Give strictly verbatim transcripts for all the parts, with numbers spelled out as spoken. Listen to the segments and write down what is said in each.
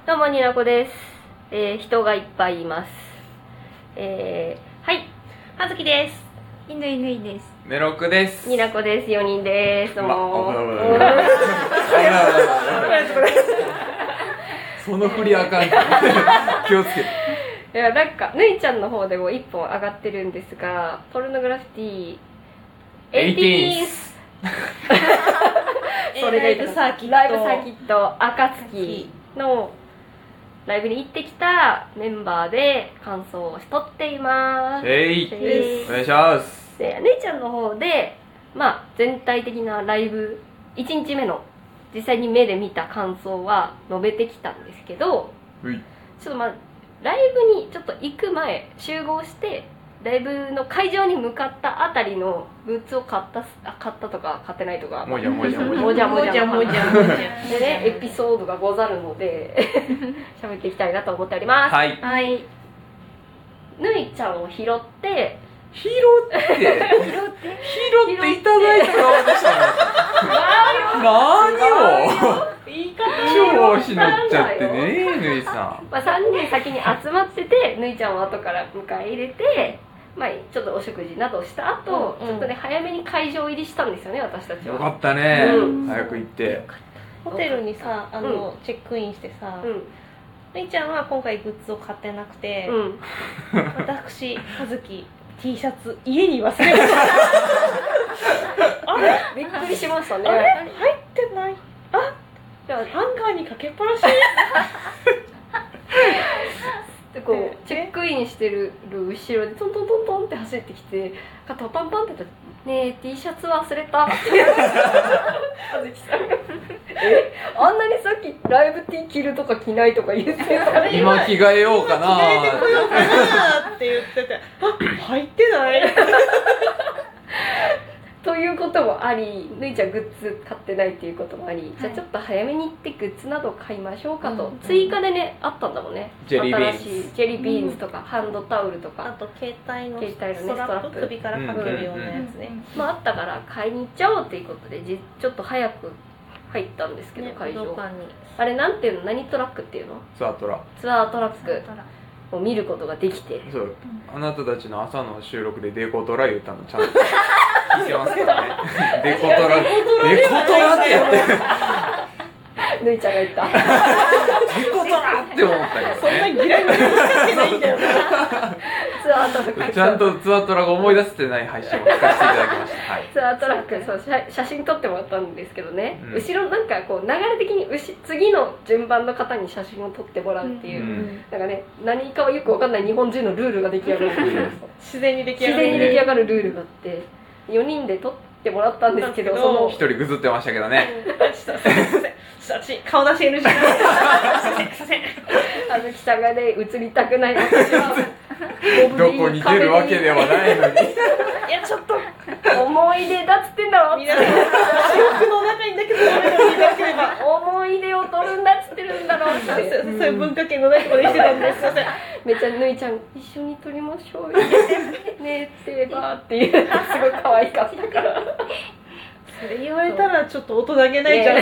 どうもになこです。えー、人がいっぱいいます。えー、はい、 はずきです。 いぬいぬいです。 メロクです。 になこです。よにんです。どうも。 その振りあかん気をつけて。 いや、なんかぬいちゃんの方でもいっぽん上がってるんですが、ポルノグラフィティエイティーンスそれがいいライブサーキットライブサーキット暁のライブに行ってきたメンバーで感想をしとっています。 えいでお願いします。 で姉ちゃんの方で、まあ、全体的なライブいちにちめの実際に目で見た感想は述べてきたんですけど、 ういちょっとまあライブにちょっと行く前集合してライブの会場に向かったあたりのグッズを買ったあ買ったとか買ってないとかもじゃもじゃもじゃもじゃもじゃもじゃもじゃでねエピソードがござるので喋っていきたいなと思っております。 はいはいぬいちゃんを拾って拾って拾って拾っていただいた側でしたね。何を言い方調子乗っちゃってねぬいさん。 まあ、さんにん先に集まっててぬいちゃんを後から迎え入れて、まあ、ちょっとお食事などした後、 うんうんちょっとね早めに会場入りしたんですよね私たちは。 よかったね、 うん早く行ってホテルにさあの、 うチェックインしてさ、 うんみーちゃんは今回グッズを買ってなくて、 うん私はずき T シャツ家に忘れましたあれびっくりしましたね。 あれ入ってないあじゃあハンガーにかけっぱなしでこうチェックインしてる後ろでトントントントンって走ってきて肩をパンパンってやったら「ねえ T シャツ忘れた」ってあずきさんがえあんなにさっきライブ T 着るとか着ないとか言ってた今着替えようかな着替えてこようかなって言っててあ入ってないということもあり、ぬいちゃんグッズ買ってないっていうこともあり、はい、じゃあちょっと早めに行ってグッズなどを買いましょうかと、うん、追加でねあったんだもんね。 ジェリービーンズ新しいジェリービーンズとか、うん、ハンドタオルとかあと携帯の携帯の、ね、 ストラップ首からかけるようなやつね、 まああったから買いに行っちゃおうっていうことでじちょっと早く入ったんですけど、ね、会場にあれなんていうの何トラックっていうのツアートラツアートラックを見ることができてそう、あなたたちの朝の収録でデコトラ言ったのちゃんと聞いてますけどねデコトラデコトラって言ってぬいちゃんが言ったデコトラって思ったけどねそんなギラギラしてないんだよなツアートラックちゃんとツアートラが思い出せてない配信を聞かせていただきました、はい、 ツアートラックそう写写真撮ってもらったんですけどね、うん、後ろなんかこう流れ的にうし次の順番の方に写真を撮ってもらうっていう、うん、なんかね何かはよく分かんない日本人のルールが出来上がる自然に出来上がる、 自然に出来上がるルールがあってよにんで撮ってもらったんですけどそのひとりぐずってましたけどね顔出し エヌジーあずきさんがね映りたくない私はどこに出るわけではないのにいやちょっと思い出だっつってんだろ皆さん記憶の中にだけど見なければ思い出を取るんだっつってるんだろうってそういう文化圏のないところでしてたんですめっちゃぬいちゃん一緒に撮りましょうよねえってばーっていうすごい可愛かったからそれ言われたらちょっと大人げないじゃん、ね、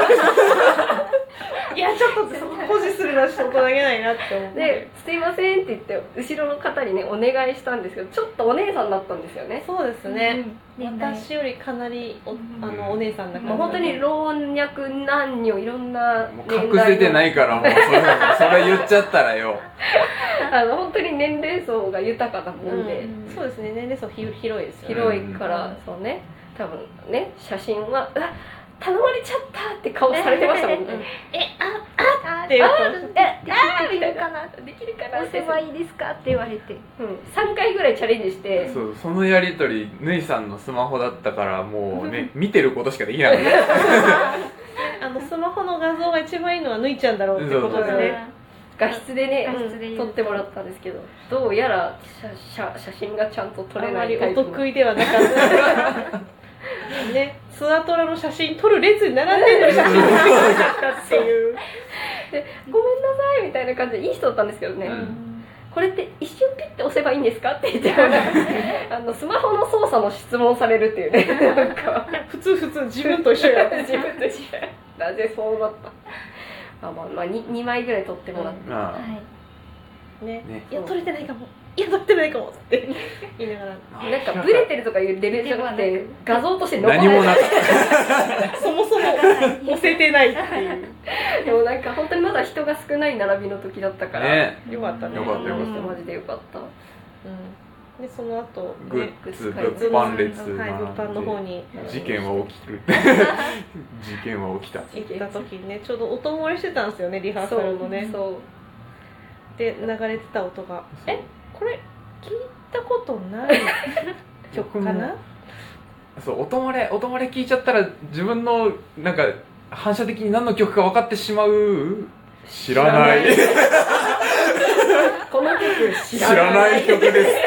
いやちょっとそこ保持するのはちょっと大人げないなって思ってですいませんって言って後ろの方にねお願いしたんですけどちょっとお姉さんだったんですよね。 そうですね、うん、私よりかなり お,、うん、あのお姉さんだから、 もう本当に老若男女いろんな年代隠せてないからもうそれそれ言っちゃったらよあの本当に年齢層が豊かなもんで、 うん、そうですね年齢層広いですよね広いから、うん、そうね多分ね写真はうわ頼まれちゃったって顔されてましたもんねえああって言うとえあできるかなできるかな押せばいいですかって言われて、 うん、さんかいぐらいチャレンジしてそうそのやり取りぬいさんのスマホだったからもうね見てることしかできなかったあのスマホの画像が一番いいのはぬいちゃんだろうってことですね画質でね、 画質で撮ってもらったんですけどどうやら写, 写, 写真がちゃんと撮れないタイプあまりお得意ではなかったね、ツアートラの写真撮る列に並んでる写真が撮れちゃったっていうでごめんなさいみたいな感じでいい人だったんですけどね、うん、これって一瞬ピッて押せばいいんですかって言ってあのスマホの操作の質問されるっていうねなんか普通普通自分と一緒や自分と一緒やなぜそうなったまあまあまあ 2, にまいぐらい撮ってもらって、 まあはいねねいや撮れてないかもいや撮れてないかもって言いながらなんかブレてるとかいうレベルじゃなくて画像として残ら何もなかったそもそも載せてないっていうでもなんか本当にまだ人が少ない並びの時だったから、 ねよかったねよかったよかったマジでよかった。 うん、でその後グねッズ物販列はい物販の方に事件は起きる事件は起きた行った時にねちょうど音漏れしてたんですよねリハーサそうルのねそうで流れてた音がえこれ聞いたことない曲かなそう音漏れ音漏れ聞いちゃったら自分のなんか反射的に何の曲か分かってしまう知らないこの曲知知らないらない曲です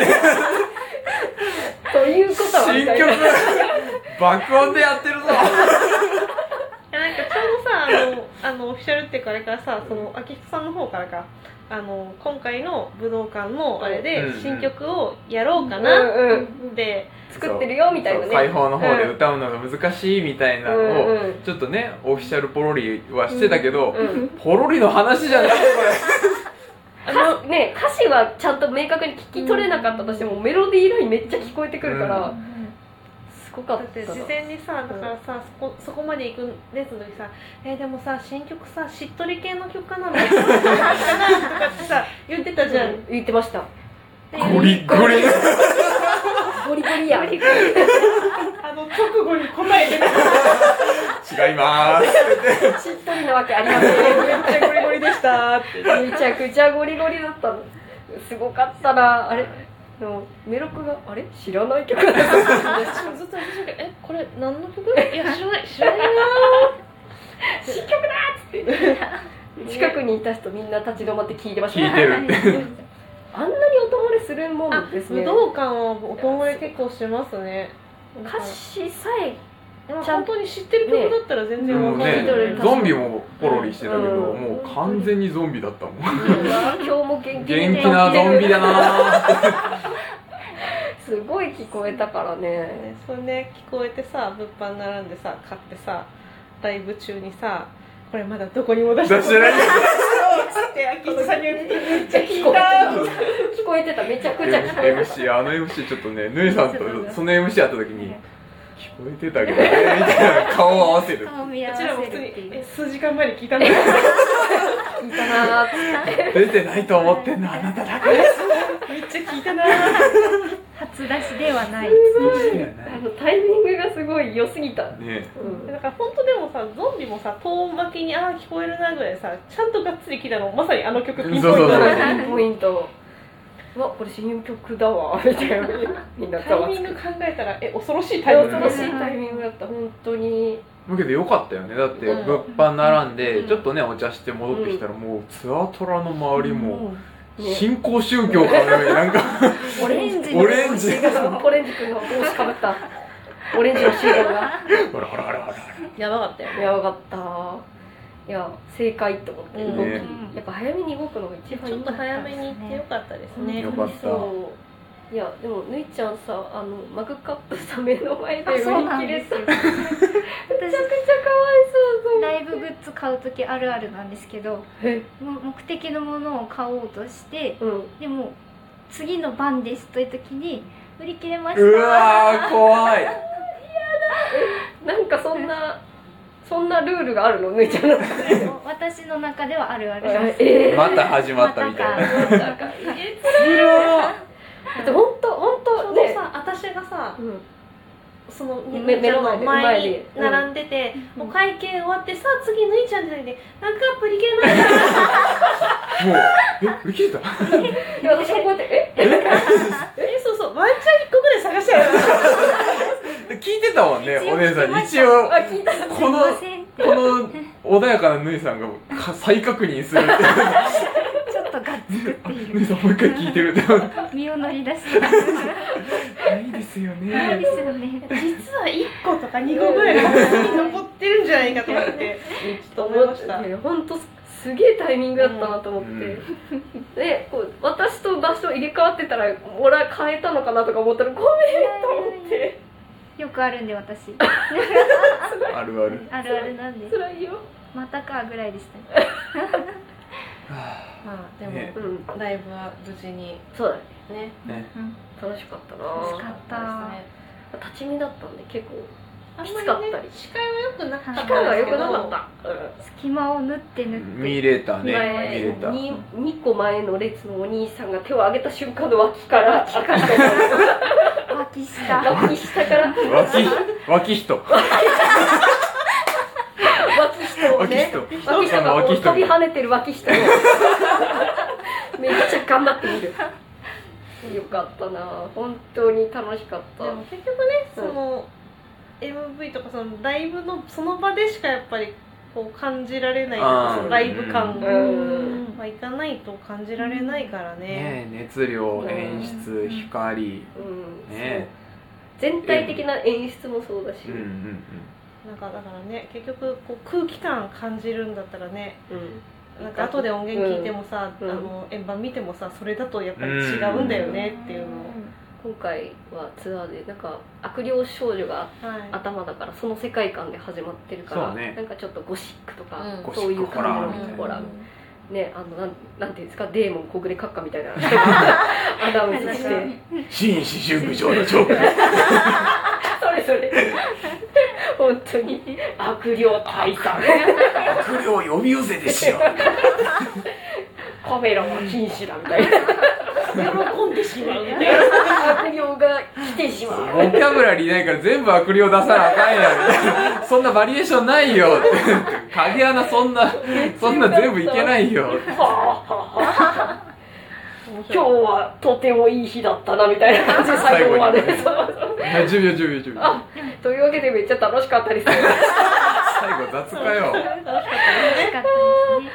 ということは新曲爆音でやってるぞいやなんかちょうどさあのあのオフィシャルっていうかあれからさその秋人さんの方からかあの今回の武道館のあれでうんうん新曲をやろうかうなんうんって作ってるよみたいなねそう開放の方で歌うのが難しいみたいなのうんをうんちょっとねオフィシャルポロリはしてたけど、 うんポロリの話じゃないこあの歌ね歌詞はちゃんと明確に聞き取れなかったとしてもメロディーラインめっちゃ聞こえてくるから、 うんすごかっだったてな事前にさだからさそこそこまで行く列の時さえーでもさ新曲さしっとり系の曲かなみたいなとかってさ言ってたじゃん言ってましたれゴリゴリゴリゴリやあの直後に答えてた違いまーすしっとりなわけありませんめっちゃゴリゴリでしたってめちゃくちゃゴリゴリだったのすごかったなあれでもメロクがあれ知らない曲だったずっと私がえこれ何の曲いや知らない知らないな新曲だっつって近くにいた人みんな立ち止まって聞いてました聞いてるってあんなに音漏れするもんですね武道館は音漏れ結構しますね歌詞さえまあちゃん本当に知ってる曲だったら全然もうわかるねねゾンビもポロリしてたけど、 うんもう完全にゾンビだったもん今日も元気に元気なゾンビだなーすごい聞こえたからねねそれね聞こえてさ物販並んでさ買ってさライブ中にさこれまだどこにも出して出してないって秋人さんに言ってめっちゃ聞いた聞こえてためちゃくちゃ聞こえエムシー あの エムシー ちょっとねぬいさんとその エムシー 会った時に聞こえてたけどねみたいな顔を合わせる顔を見合うわせるっちらも普通にていうえ数時間前に聞いたの聞いたなーって出てないと思ってんのあなただけめっちゃ聞いたな初出しではないあのタイミングがすごい良すぎた、 ねうんだから本当でもさゾンビもさ遠巻きにああ聞こえるなぐらいさちゃんとがっつり聞いたのまさにあの曲ピンポイントそうそうそうだねピンポイントうわこれ新曲だわみたいなみんなタイミング考えたらえ恐ろしいタイミング恐ろしいタイミングだった本当にだけどよかったよねだってうん物販並んでうんちょっとねお茶して戻ってきたらもうツアトラの周りもね新興宗教かのようになんかオレンジオレンジオレンジ君の帽子かぶったオレンジの集団がほらほらほらほらやばかったよやばかったいや正解と思って、 うん動きねやっぱ早めに動くのが一番いいちょっと早めに行ってよかったですねよかったそういやでもぬいちゃんさあのマグカップさ目の前で売りあそうなん切れですよためちゃくちゃかわいそうライブグッズ買う時あるあるなんですけどえも目的のものを買おうとしてうんでも次の番ですという時に売り切れましたうわー怖いなんかそんなそんなルールがあるのぬいちゃんの私の中ではあるあるですえーまた始まったみたいなまたかなんかだって本当本ちょ当ねうどさ私がさうんその目ぬいちゃんの目の前前でに並んでて、 うんお会計終わってさあ次ぬいちゃんって時になんかプリ切れましたもうえ売り切れたいや私もこうやってええそうそうワンチャンいっこぐらい探したよ聞いてたもんねお姉さん一応あ聞いたこのすいませんってこの穏やかなぬいさんがか再確認するってちょっとがっつくっていぬいうさんもう一回聞いてるって身を乗り出してないですよないねですよね実はいっことかにこぐらいが残ってるんじゃないかと思ってちょっと思いましたいや本当すげえタイミングだったなと思って、でこう私と場所入れ替わってたら俺は変えたのかなとか思ったらごめんと思ってよくあるんで私あるあるあるあるなんで辛いよまたかぐらいでしたね。 まあでも、 ねうん、 ライブは無事にそうだねねねうん楽しかったな。 楽しかった立ち見だったんで結構あんきつかったりまりね視界は良くなかったん機会が良くですけどなかった、うん隙間を縫って縫って見れたね見前れたににこまえの列のお兄さんが手を挙げた瞬間の脇から脇から脇下脇下から脇脇人脇下をね脇人脇下が脇人飛び跳ねてる脇下をめっちゃ頑張ってみる。よかったな、本当に楽しかった。 でも結局ねその、うん、エムブイ とかそのライブのその場でしかやっぱりこう感じられないあーそのライブ感が、 うんまあ、行かないと感じられないからね。 ね熱量うん演出光うんねそう全体的な演出もそうだし、 うんうんうんなんかだからね結局こう空気感感じるんだったらねうんなんか後で音源聞いてもさ、 うんあの円盤見てもさそれだとやっぱり違うんだよねっていうのを、 今回はツアーでなんか悪霊少女がはい、 頭だからその世界観で始まってるから、 そうねなんかちょっとゴシックとか、 うんそういう感じのゴシックホラーね、あのなんなんていうんですか、デーモン小暮閣下みたいなアナウンスして新四春部長の長官それそれ本当に悪霊退散悪霊を呼び寄せてしまうカメラは禁止だみたいな喜んでしまうみたいな悪霊が来てしまうボキャブラリーないから全部悪霊出さなあかんやみたいなそんなバリエーションないよ影穴そんなそんな全部いけないよ今日はとてもいい日だったなみたいな感じで最後まで最後にじゅうびょうじゅうびょうじゅうびょうあというわけでめっちゃ楽しかったです最後雑かよ楽しかったですね。